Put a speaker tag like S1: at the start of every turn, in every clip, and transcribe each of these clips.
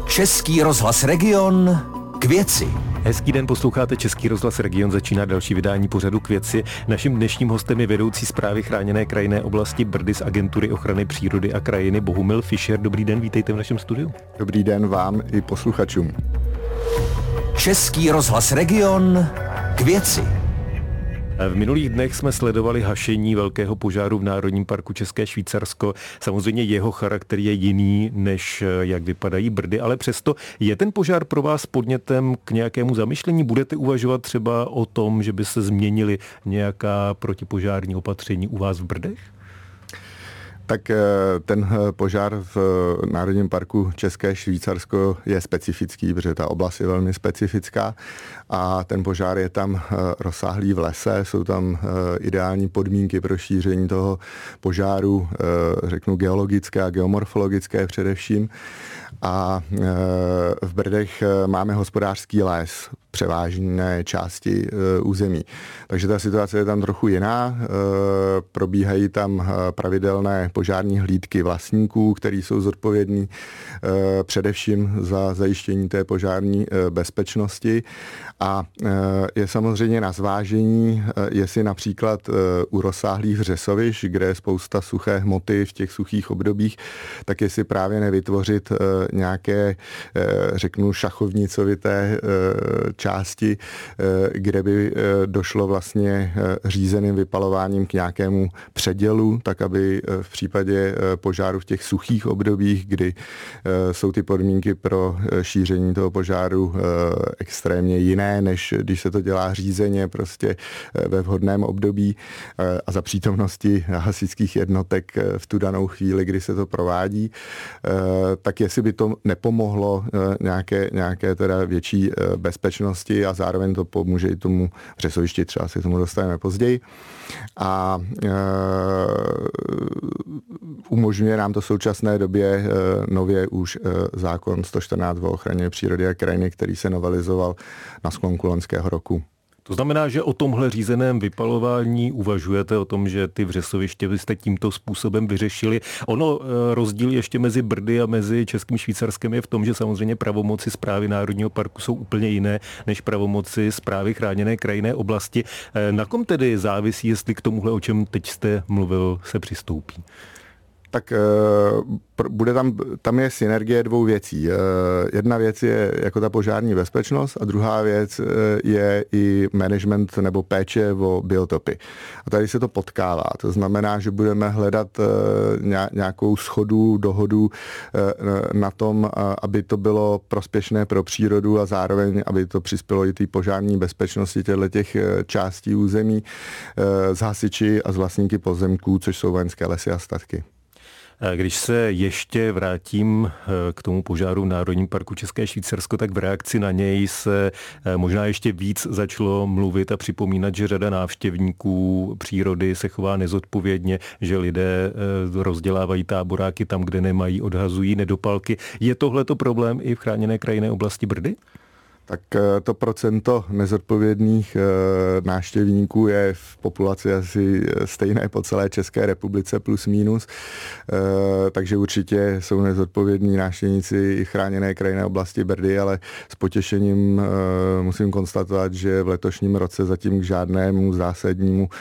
S1: Český rozhlas Region k věci.
S2: Hezký den, posloucháte Český rozhlas Region, začíná další vydání pořadu K věci. Naším dnešním hostem je vedoucí správy chráněné krajinné oblasti Brdy z Agentury ochrany přírody a krajiny Bohumil Fischer. Dobrý den, vítejte v našem studiu.
S3: Dobrý den vám i posluchačům.
S1: Český rozhlas Region k věci.
S2: V minulých dnech jsme sledovali hašení velkého požáru v Národním parku České Švýcarsko. Samozřejmě jeho charakter je jiný, než jak vypadají Brdy, ale přesto je ten požár pro vás podnětem k nějakému zamyšlení? Budete uvažovat třeba o tom, že by se změnily nějaká protipožární opatření u vás v Brdech?
S3: Tak ten požár v Národním parku České Švýcarsko je specifický, protože ta oblast je velmi specifická a ten požár je tam rozsáhlý v lese, jsou tam ideální podmínky pro šíření toho požáru, řeknu geologické a geomorfologické především. A v Brdech máme hospodářský les, převážné části území. Takže ta situace je tam trochu jiná. Probíhají tam pravidelné požární hlídky vlastníků, kteří jsou zodpovědní především za zajištění té požární bezpečnosti. A je samozřejmě na zvážení, jestli například u rozsáhlých vřesovišť, kde je spousta suché hmoty v těch suchých obdobích, tak jestli právě nevytvořit nějaké, řeknu, šachovnicovité části, kde by došlo vlastně řízeným vypalováním k nějakému předělu, tak aby v případě požáru v těch suchých obdobích, kdy jsou ty podmínky pro šíření toho požáru extrémně jiné, než když se to dělá řízeně prostě ve vhodném období a za přítomnosti hasičských jednotek v tu danou chvíli, kdy se to provádí, tak jestli by to nepomohlo nějaké teda větší bezpečnosti a zároveň to pomůže i tomu vřesovišti, třeba se k tomu dostaneme později. A umožňuje nám to v současné době nově už zákon 114 o ochraně přírody a krajiny, který se novelizoval na sklonku loňského roku.
S2: To znamená, že o tomhle řízeném vypalování uvažujete, o tom, že ty vřesoviště byste tímto způsobem vyřešili. Ono rozdíl ještě mezi Brdy a mezi Českým Švýcarskem je v tom, že samozřejmě pravomoci správy Národního parku jsou úplně jiné než pravomoci správy chráněné krajinné oblasti. Na kom tedy závisí, jestli k tomuhle, o čem teď jste mluvil, se přistoupí?
S3: Tak bude tam je synergie dvou věcí. Jedna věc je jako ta požární bezpečnost a druhá věc je i management nebo péče o biotopy. A tady se to potkává. To znamená, že budeme hledat nějakou shodu, dohodu na tom, aby to bylo prospěšné pro přírodu a zároveň, aby to přispělo i té požární bezpečnosti těch částí území z hasiči a z vlastníky pozemků, což jsou vojenské lesy a statky.
S2: Když se ještě vrátím k tomu požáru v Národním parku České Švýcarsko, tak v reakci na něj se možná ještě víc začalo mluvit a připomínat, že řada návštěvníků přírody se chová nezodpovědně, že lidé rozdělávají táboráky tam, kde nemají, odhazují nedopalky. Je tohleto problém i v chráněné krajinné oblasti Brdy?
S3: Tak to procento nezodpovědných návštěvníků je v populaci asi stejné po celé České republice plus minus, takže určitě jsou nezodpovědní návštěvníci i chráněné krajinné oblasti Brdy, ale s potěšením musím konstatovat, že v letošním roce zatím k žádnému zásadnímu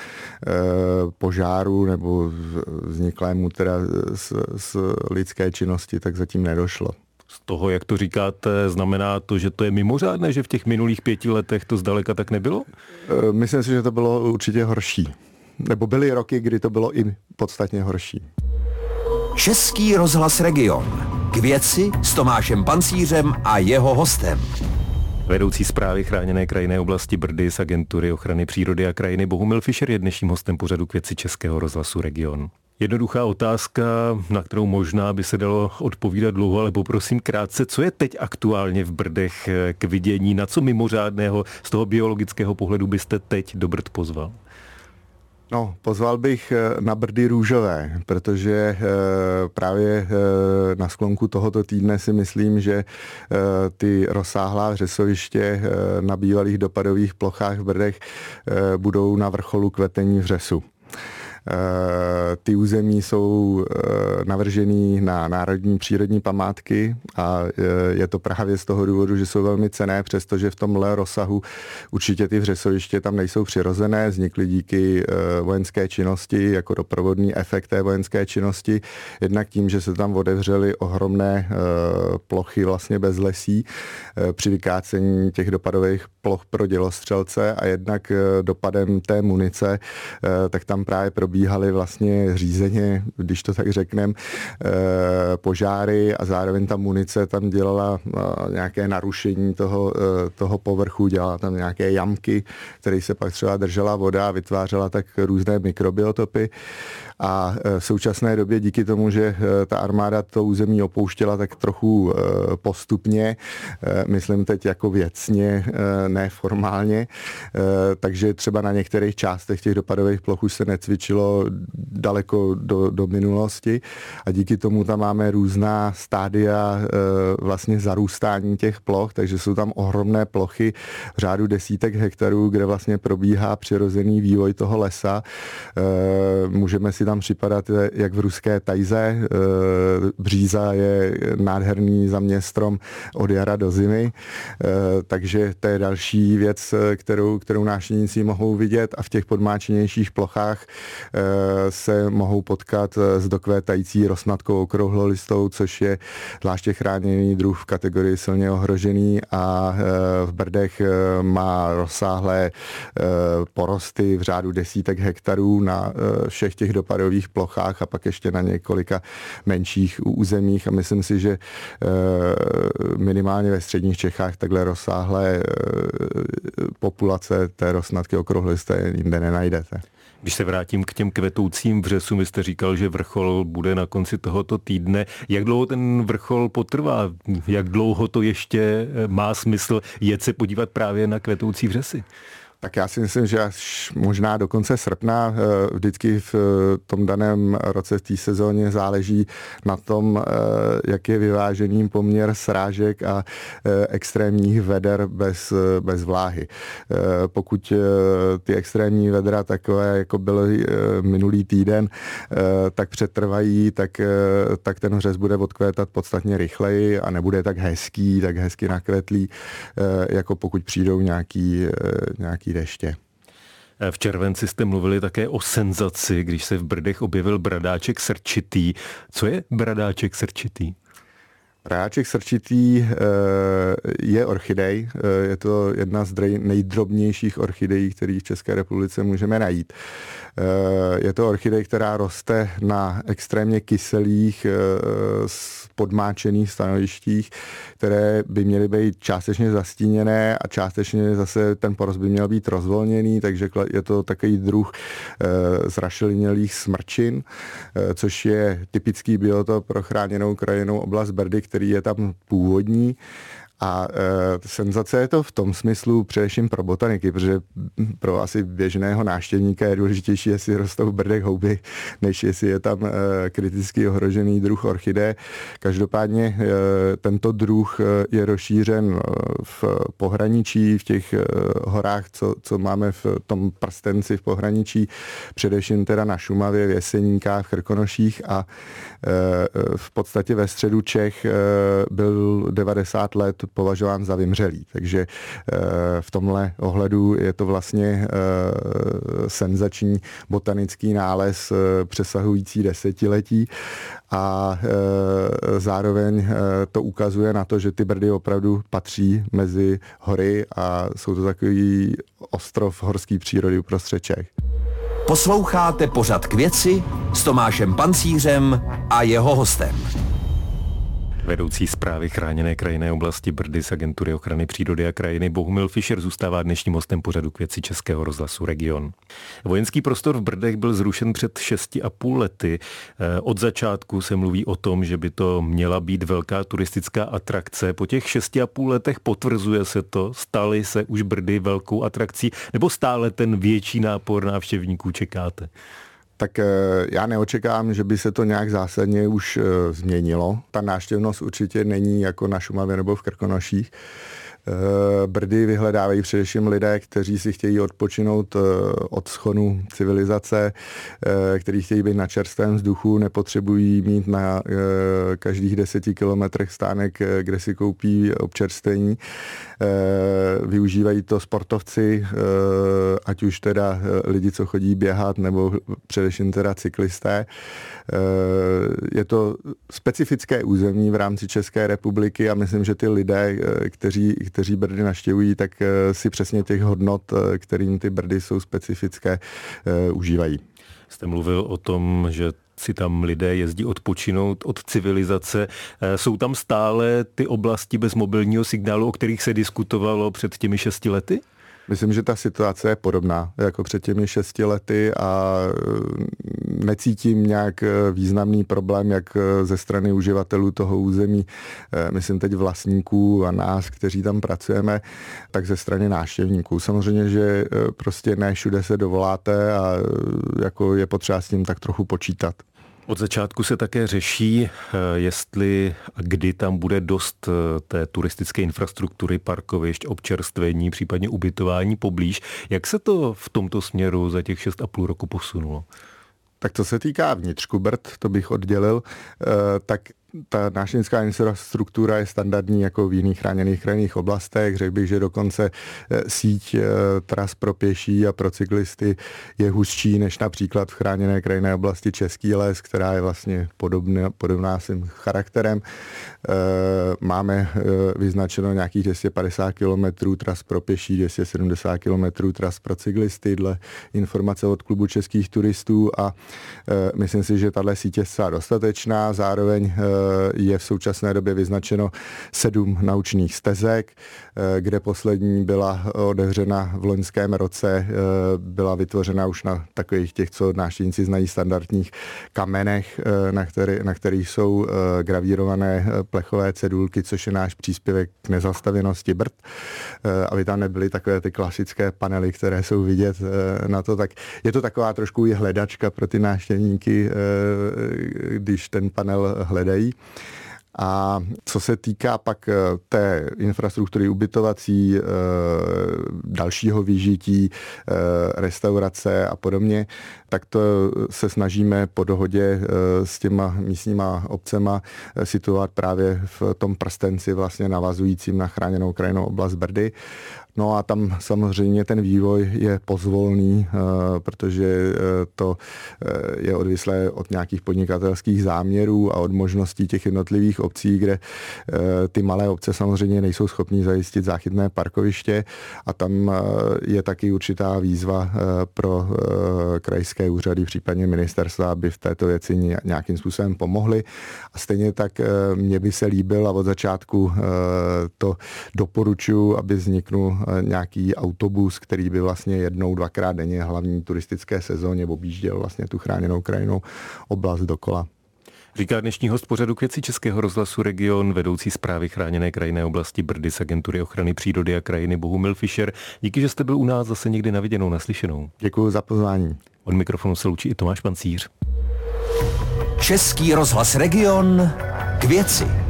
S3: požáru nebo vzniklému teda z lidské činnosti tak zatím nedošlo.
S2: Z toho, jak to říkáte, znamená to, že to je mimořádné, že v těch minulých 5 letech to zdaleka tak nebylo?
S3: Myslím si, že to bylo určitě horší. Nebo byly roky, kdy to bylo i podstatně horší.
S1: Český rozhlas Region k věci s Tomášem Pancířem a jeho hostem.
S2: Vedoucí správy chráněné krajinné oblasti Brdy z Agentury ochrany přírody a krajiny Bohumil Fischer je dnešním hostem pořadu K věci Českého rozhlasu Region. Jednoduchá otázka, na kterou možná by se dalo odpovídat dlouho, ale poprosím krátce, co je teď aktuálně v Brdech k vidění, na co mimořádného z toho biologického pohledu byste teď do Brd pozval?
S3: No, pozval bych na Brdy růžové, protože právě na sklonku tohoto týdne si myslím, že ty rozsáhlá vřesoviště na bývalých dopadových plochách v Brdech budou na vrcholu kvetení vřesu. Ty území jsou navržený na národní přírodní památky a je to právě z toho důvodu, že jsou velmi cenné, přestože v tomhle rozsahu určitě ty vřesoviště tam nejsou přirozené, vznikly díky vojenské činnosti jako doprovodný efekt té vojenské činnosti. Jednak tím, že se tam otevřely ohromné plochy vlastně bez lesí při vykácení těch dopadových ploch pro dělostřelce a jednak dopadem té munice, tak tam právě probíhaly vlastně řízeně, když to tak řekneme, požáry a zároveň ta munice tam dělala nějaké narušení toho povrchu, dělala tam nějaké jamky, které se pak třeba držela voda a vytvářela tak různé mikrobiotopy. A v současné době díky tomu, že ta armáda to území opouštěla tak trochu postupně, myslím teď jako věcně, ne formálně, takže třeba na některých částech těch dopadových ploch už se necvičilo daleko do minulosti a díky tomu tam máme různá stádia vlastně zarůstání těch ploch, takže jsou tam ohromné plochy v řádu desítek hektarů, kde vlastně probíhá přirozený vývoj toho lesa. Můžeme si tam připadat jak v ruské tajze. Bříza je nádherný za mě strom od jara do zimy, takže to je další věc, kterou návštěvníci mohou vidět a v těch podmáčenějších plochách se mohou potkat s dokvétající rosnatkou okrouhlolistou, což je zvláště chráněný druh v kategorii silně ohrožený a v Brdech má rozsáhlé porosty v řádu desítek hektarů na všech těch dopadových plochách a pak ještě na několika menších územích a myslím si, že minimálně ve středních Čechách takhle rozsáhlé populace té rosnatky okrouhlisté jinde nenajdete.
S2: Když se vrátím k těm kvetoucím vřesům, vy jste říkal, že vrchol bude na konci tohoto týdne. Jak dlouho ten vrchol potrvá? Jak dlouho to ještě má smysl jet se podívat právě na kvetoucí vřesy?
S3: Tak já si myslím, že až možná do konce srpna, vždycky v tom daném roce v té sezóně záleží na tom, jak je vyvážený poměr srážek a extrémních veder bez vláhy. Pokud ty extrémní vedra takové, jako byly minulý týden, tak přetrvají, tak ten vřes bude odkvétat podstatně rychleji a nebude tak hezky nakvetlý, jako pokud přijdou nějaký deště.
S2: V červenci jste mluvili také o senzaci, když se v Brdech objevil bradáček srčitý. Co je bradáček srčitý?
S3: Bradáček srčitý je orchidej, je to jedna z nejdrobnějších orchidejí, které v České republice můžeme najít. Je to orchidej, která roste na extrémně kyselých, podmáčených stanovištích, které by měly být částečně zastíněné a částečně zase ten porost by měl být rozvolněný, takže je to takový druh zrašelinělých smrčin, což je typický biotop pro chráněnou krajinnou oblast Brdy, který je tam původní. A senzace je to v tom smyslu především pro botaniky, protože pro asi běžného návštěvníka je důležitější, jestli rostou v Brdech houby, než jestli je tam kriticky ohrožený druh orchidé. Každopádně tento druh je rozšířen v pohraničí, v těch horách, co máme v tom prstenci v pohraničí, především teda na Šumavě, v Jeseníkách, v Krkonoších a v podstatě ve středu Čech byl 90 let považován za vymřelý. Takže v tomhle ohledu je to vlastně senzační botanický nález přesahující desetiletí a zároveň to ukazuje na to, že ty Brdy opravdu patří mezi hory a jsou to takový ostrov horské přírody uprostřed Čech.
S1: Posloucháte pořad K věci s Tomášem Pancířem a jeho hostem.
S2: Vedoucí správy chráněné krajinné oblasti Brdy z Agentury ochrany přírody a krajiny Bohumil Fischer zůstává dnešním hostem pořadu K věci Českého rozhlasu Region. Vojenský prostor v Brdech byl zrušen před 6,5 lety. Od začátku se mluví o tom, že by to měla být velká turistická atrakce. Po těch 6,5 letech potvrzuje se to, staly se už Brdy velkou atrakcí, nebo stále ten větší nápor návštěvníků čekáte?
S3: Tak já neočekávám, že by se to nějak zásadně už změnilo. Ta návštěvnost určitě není jako na Šumavě nebo v Krkonoších. Brdy vyhledávají především lidé, kteří si chtějí odpočinout od schonu civilizace, kteří chtějí být na čerstvém vzduchu, nepotřebují mít na každých 10 kilometrech stánek, kde si koupí občerstvení. Využívají to sportovci, ať už teda lidi, co chodí běhat, nebo především teda cyklisté. Je to specifické území v rámci České republiky a myslím, že ty lidé, kteří Brdy navštěvují, tak si přesně těch hodnot, kterým ty Brdy jsou specifické, užívají.
S2: Jste mluvil o tom, že si tam lidé jezdí odpočinout od civilizace. Jsou tam stále ty oblasti bez mobilního signálu, o kterých se diskutovalo před těmi 6 lety?
S3: Myslím, že ta situace je podobná jako před těmi 6 lety a necítím nějak významný problém, jak ze strany uživatelů toho území, myslím teď vlastníků a nás, kteří tam pracujeme, tak ze strany návštěvníků. Samozřejmě, že prostě ne všude se dovoláte a jako je potřeba s tím tak trochu počítat.
S2: Od začátku se také řeší, jestli a kdy tam bude dost té turistické infrastruktury, parkovišť, občerstvení, případně ubytování poblíž. Jak se to v tomto směru za těch 6,5 roku posunulo?
S3: Tak co se týká vnitřku Brd, to bych oddělil, tak ta návštěvnická infrastruktura je standardní jako v jiných chráněných krajinných oblastech. Řekl bych, že dokonce síť tras pro pěší a pro cyklisty je hustší než například v chráněné krajinné oblasti Český les, která je vlastně podobná svým charakterem. Máme vyznačeno nějakých 250 km tras pro pěší, 270 km tras pro cyklisty dle informace od Klubu českých turistů a myslím si, že tahle síť je zcela dostatečná. Zároveň je v současné době vyznačeno 7 naučných stezek, kde poslední byla otevřena v loňském roce, byla vytvořena už na takových těch, co návštěvníci znají, standardních kamenech, na kterých jsou gravírované plechové cedulky, což je náš příspěvek k nezastavěnosti Brd, aby tam nebyly takové ty klasické panely, které jsou vidět na to, tak je to taková trošku i hledačka pro ty návštěvníky, když ten panel hledají. A co se týká pak té infrastruktury ubytovací, dalšího vyžití, restaurace a podobně, tak to se snažíme po dohodě s těma místníma obcema situovat právě v tom prstenci vlastně navazujícím na chráněnou krajinnou oblast Brdy. No a tam samozřejmě ten vývoj je pozvolný, protože to je odvislé od nějakých podnikatelských záměrů a od možností těch jednotlivých obcí, kde ty malé obce samozřejmě nejsou schopní zajistit záchytné parkoviště a tam je taky určitá výzva pro krajské úřady, případně ministerstva, aby v této věci nějakým způsobem pomohly. A stejně tak mně by se líbil a od začátku to doporučuji, aby vzniknul nějaký autobus, který by vlastně 1-2krát denně hlavní turistické sezóně objížděl vlastně tu chráněnou krajinnou oblast dokola.
S2: Říká dnešní host pořadu K věci Českého rozhlasu Region, vedoucí správy chráněné krajinné oblasti Brdy z Agentury ochrany přírody a krajiny Bohumil Fischer. Díky, že jste byl u nás zase někdy na viděnou, naslyšenou.
S3: Děkuji za pozvání.
S2: Od mikrofonu se loučí i Tomáš Pancíř.
S1: Český rozhlas Region, K věci.